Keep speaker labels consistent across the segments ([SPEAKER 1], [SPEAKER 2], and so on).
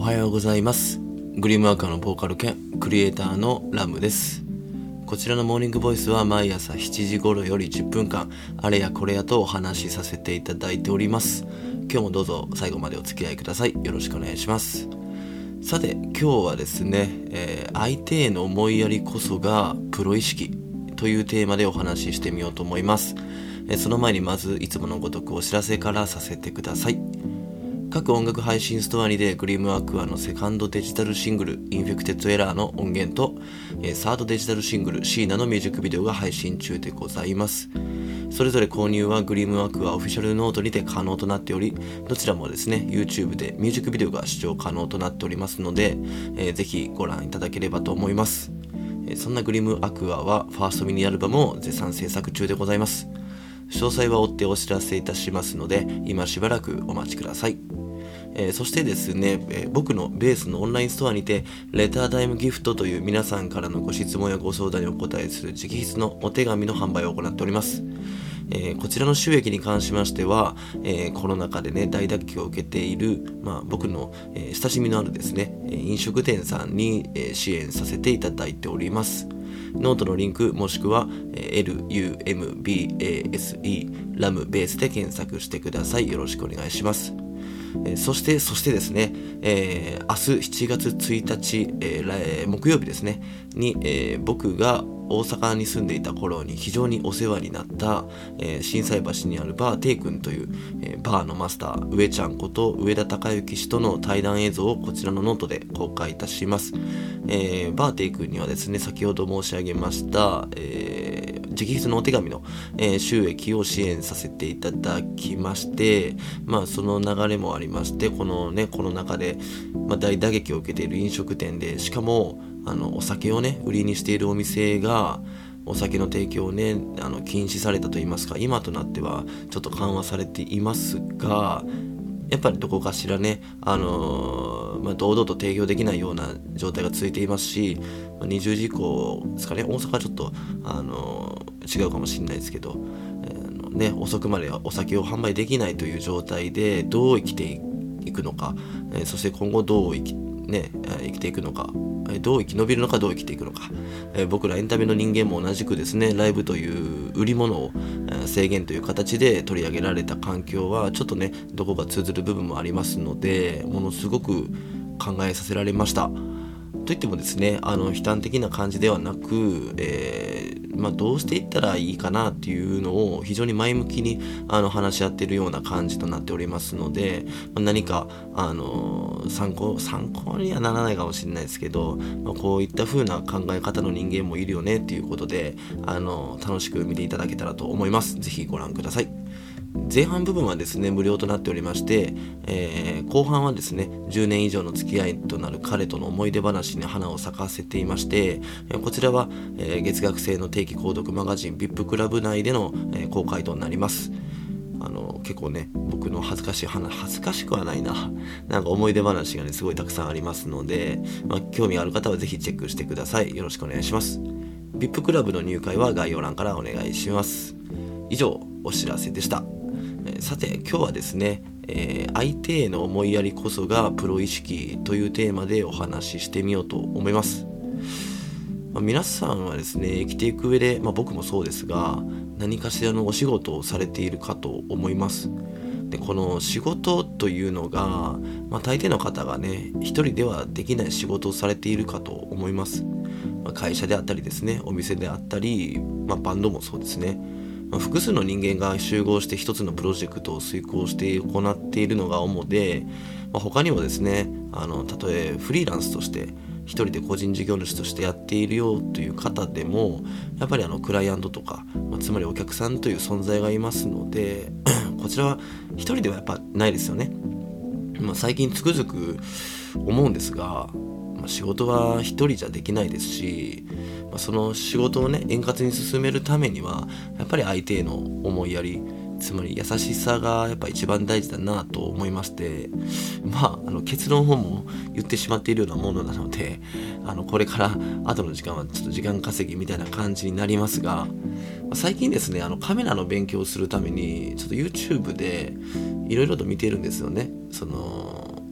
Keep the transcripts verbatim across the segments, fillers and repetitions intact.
[SPEAKER 1] おはようございます。グリームワーカーのボーカル兼クリエイターのラムです。こちらのモーニングボイスは毎朝しちじ頃よりじゅっぷんかんあれやこれやとお話しさせていただいております。今日もどうぞ最後までお付き合いください。よろしくお願いします。さて今日はですね、えー、相手への思いやりこそがプロ意識というテーマでお話ししてみようと思います。えー、その前にまずいつものごとくお知らせからさせてください。各音楽配信ストアにてグリームアクアのセカンドデジタルシングルインフェクテッドエラーの音源と、えー、サードデジタルシングルシーナのミュージックビデオが配信中でございます。それぞれ購入はグリームアクアオフィシャルノートにて可能となっており、どちらもですね YouTube でミュージックビデオが視聴可能となっておりますので、えー、ぜひご覧いただければと思います。えー、そんなグリームアクアはファーストミニアルバムを絶賛制作中でございます。詳細は追ってお知らせいたしますので今しばらくお待ちください。えー、そしてですね、えー、僕のベースのオンラインストアにてレタータイムギフトという皆さんからのご質問やご相談にお答えする直筆のお手紙の販売を行っております。えー、こちらの収益に関しましては、えー、コロナ禍でね大打撃を受けている、まあ、僕の、えー、親しみのあるですね飲食店さんに、えー、支援させていただいております。ノートのリンクもしくは エルユーエムビーエーエスイー ラムベースで検索してください。よろしくお願いします。えー、そしてそしてですね、えー、明日しちがつついたち、えー、木曜日ですねに、えー、僕が大阪に住んでいた頃に非常にお世話になった、えー、心斎橋にあるバーテイ君という、えー、バーのマスター上ちゃんこと上田孝之氏との対談映像をこちらのノートで公開いたします。えー、バーテイ君にはですね先ほど申し上げました、えー、直筆のお手紙の、えー、収益を支援させていただきまして、まあその流れもありましてこのねこの中で、まあ、大打撃を受けている飲食店でしかもあのお酒をね売りにしているお店がお酒の提供をねあの禁止されたといいますか今となってはちょっと緩和されていますがやっぱりどこかしらねあのーまあ、堂々と提供できないような状態が続いていますしにじゅうじ以降ですかね大阪はちょっと、あのー、違うかもしれないですけど、えーあのね、遅くまでお酒を販売できないという状態でどう生きていくのか、えー、そして今後どう生きね、生きていくのかどう生き延びるのかどう生きていくのか、えー、僕らエンタメの人間も同じくですねライブという売り物を、えー、制限という形で取り上げられた環境はちょっとねどこか通ずる部分もありますのでものすごく考えさせられました。といってもですねあの悲嘆的な感じではなく、えーまあ、どうしていったらいいかなっていうのを非常に前向きにあの話し合っているような感じとなっておりますので、まあ、何かあの参考参考にはならないかもしれないですけど、まあ、こういった風な考え方の人間もいるよねっていうことであの楽しく見ていただけたらと思います。ぜひご覧ください。前半部分はですね無料となっておりまして、えー、後半はですねじゅうねん以上の付き合いとなる彼との思い出話に花を咲かせていまして、こちらは、えー、月額制の定期購読マガジン ブイアイピー クラブ内での、えー、公開となります。あの結構ね僕の恥ずかしい話恥ずかしくはないななんか思い出話がねすごいたくさんありますので、まあ、興味ある方はぜひチェックしてください。よろしくお願いします。 ブイアイピー クラブの入会は概要欄からお願いします。以上お知らせでした。さて今日はですね、えー、相手への思いやりこそがプロ意識というテーマでお話ししてみようと思います。まあ、皆さんはですね生きていく上で、まあ、僕もそうですが何かしらのお仕事をされているかと思います。でこの仕事というのが、まあ、大抵の方がね一人ではできない仕事をされているかと思います。まあ、会社であったりですねお店であったり、まあ、バンドもそうですね複数の人間が集合して一つのプロジェクトを遂行して行っているのが主で、まあ、他にもですねあのたとえフリーランスとして一人で個人事業主としてやっているよという方でもやっぱりあのクライアントとか、まあ、つまりお客さんという存在がいますのでこちらは一人ではやっぱないですよね。まあ、最近つくづく思うんですがまあ、仕事は一人じゃできないですし、まあ、その仕事をね円滑に進めるためにはやっぱり相手への思いやりつまり優しさがやっぱ一番大事だなと思いまして、まあ、あの結論をも言ってしまっているようなものなのであのこれから後の時間はちょっと時間稼ぎみたいな感じになりますが、最近ですねあのカメラの勉強をするためにちょっと YouTube でいろいろと見ているんですよね。その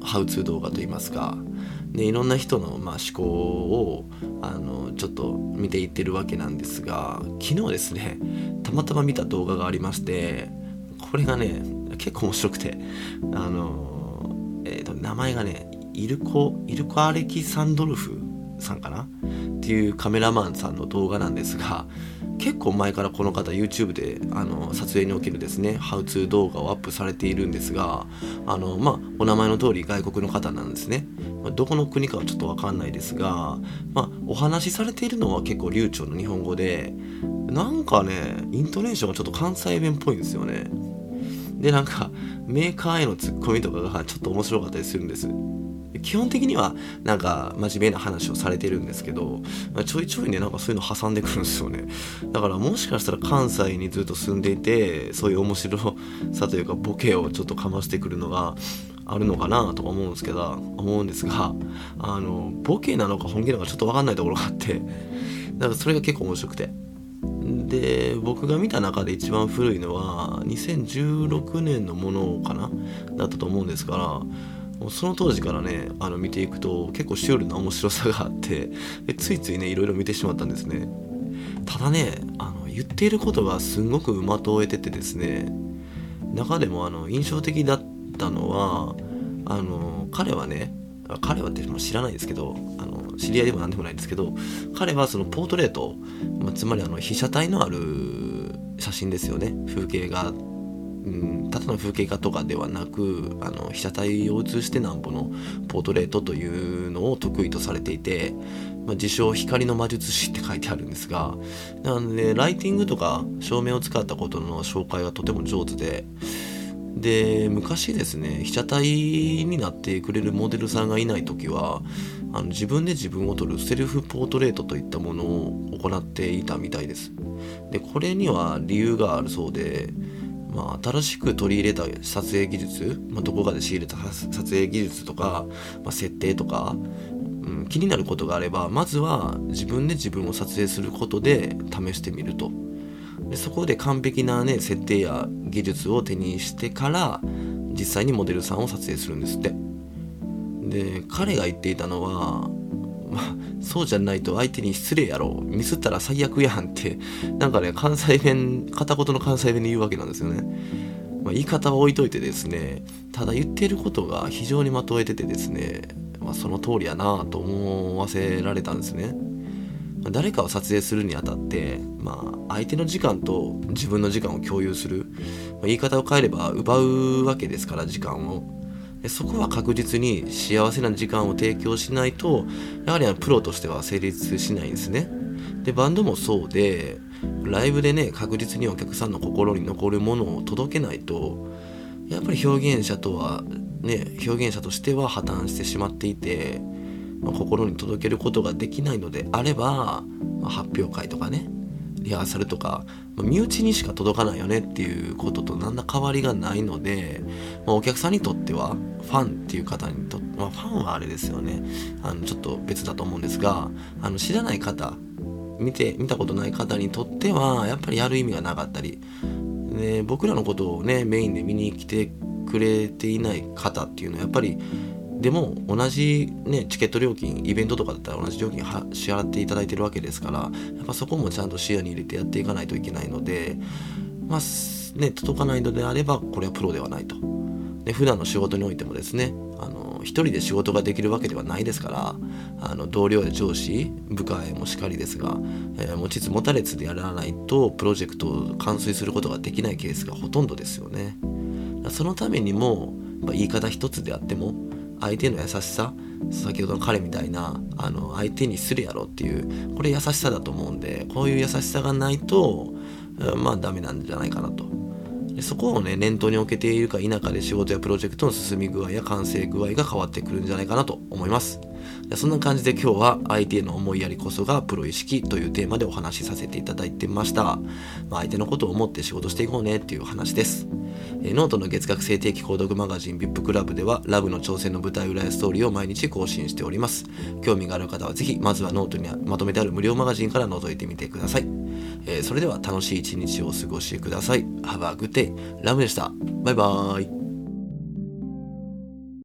[SPEAKER 1] ハウツー動画といいますかでいろんな人のまあ思考をあのちょっと見ていってるわけなんですが、昨日ですねたまたま見た動画がありまして、これがね結構面白くて、あの、えーと、名前がねイルコイルコ・アレキサンドルフさんかなっていうカメラマンさんの動画なんですが、結構前からこの方 YouTube であの撮影におけるですねハウツー動画をアップされているんですが、あのまあお名前の通り外国の方なんですね。まあどこの国かはちょっとわかんないですが、まあお話しされているのは結構流暢な日本語で、なんかねイントネーションがちょっと関西弁っぽいんですよね。でなんかメーカーへのツッコミとかがちょっと面白かったりするんです。基本的にはなんか真面目な話をされてるんですけど、ちょいちょいねなんかそういうの挟んでくるんですよね。だからもしかしたら関西にずっと住んでいて、そういう面白さというかボケをちょっとかましてくるのがあるのかなとか思うんですけど思うんですがあのボケなのか本気なのかちょっと分かんないところがあって、だからそれが結構面白くて、で僕が見た中で一番古いのはにせんじゅうろくねんのものかなだったと思うんですから、その当時からねあの見ていくと結構シュールな面白さがあって、でついついねいろいろ見てしまったんですね。ただねあの言っていることがすごく的を得ててですね、中でもあの印象的だったのはあの彼はね彼はって知らないですけど、あの知り合いでもなんでもないんですけど、彼はそのポートレート、まあ、つまりあの被写体のある写真ですよね。風景画、うん、ただの風景画とかではなく、あの被写体を写してなんぼのポートレートというのを得意とされていて、まあ、自称光の魔術師って書いてあるんですが、なのでライティングとか照明を使ったことの紹介がとても上手で、で昔ですね被写体になってくれるモデルさんがいない時はあの自分で自分を撮るセルフポートレートといったものを行っていたみたいです。でこれには理由があるそうで、まあ、新しく取り入れた撮影技術、まあ、どこかで仕入れた撮影技術とか、まあ、設定とか、うん、気になることがあればまずは自分で自分を撮影することで試してみると。でそこで完璧なね設定や技術を手にしてから実際にモデルさんを撮影するんですって。で彼が言っていたのは、まあ、そうじゃないと相手に失礼やろ、ミスったら最悪やんってなんかね関西弁片言の関西弁で言うわけなんですよね。まあ、言い方は置いといてですね、ただ言っていることが非常に的を得ててですね、まあ、その通りやなと思わせられたんですね。誰かを撮影するにあたって、まあ、相手の時間と自分の時間を共有する、まあ、言い方を変えれば奪うわけですから時間を。でそこは確実に幸せな時間を提供しないとやはりプロとしては成立しないんですね。でバンドもそうで、ライブでね確実にお客さんの心に残るものを届けないとやっぱり表現者とはね表現者としては破綻してしまっていて、まあ、心に届けることができないのであれば、まあ、発表会とかねリハーサルとか、まあ、身内にしか届かないよねっていうことと何ら変わりがないので、まあ、お客さんにとってはファンっていう方にとって、まあ、ファンはあれですよね、あのちょっと別だと思うんですが、あの知らない方見て見たことない方にとってはやっぱりやる意味がなかったり、で僕らのことをねメインで見に来てくれていない方っていうのはやっぱりでも同じねチケット料金イベントとかだったら同じ料金は支払っていただいてるわけですから、やっぱそこもちゃんと視野に入れてやっていかないといけないので、まあね届かないのであればこれはプロではないと。で普段の仕事においてもですね、あの一人で仕事ができるわけではないですから、あの同僚や上司部下へもしかりですが、えー、持ちつ持たれつでやらないとプロジェクトを完遂することができないケースがほとんどですよね。そのためにも言い方一つであっても相手の優しさ、先ほどの彼みたいなあの相手に失礼やろっていうこれ優しさだと思うんで、こういう優しさがないとまあダメなんじゃないかなと。でそこをね念頭に置けているか否かで仕事やプロジェクトの進み具合や完成具合が変わってくるんじゃないかなと思います。そんな感じで今日は相手への思いやりこそがプロ意識というテーマでお話しさせていただいてました。まあ、相手のことを思って仕事していこうねっていう話です。えノートの月額制定期購読マガジン ブイアイピー クラブではラブの挑戦の舞台裏やストーリーを毎日更新しております。興味がある方はぜひまずはノートにまとめてある無料マガジンから覗いてみてください。えー、それでは楽しい一日をお過ごしください。Have a good day. ラブでした。バイバーイ。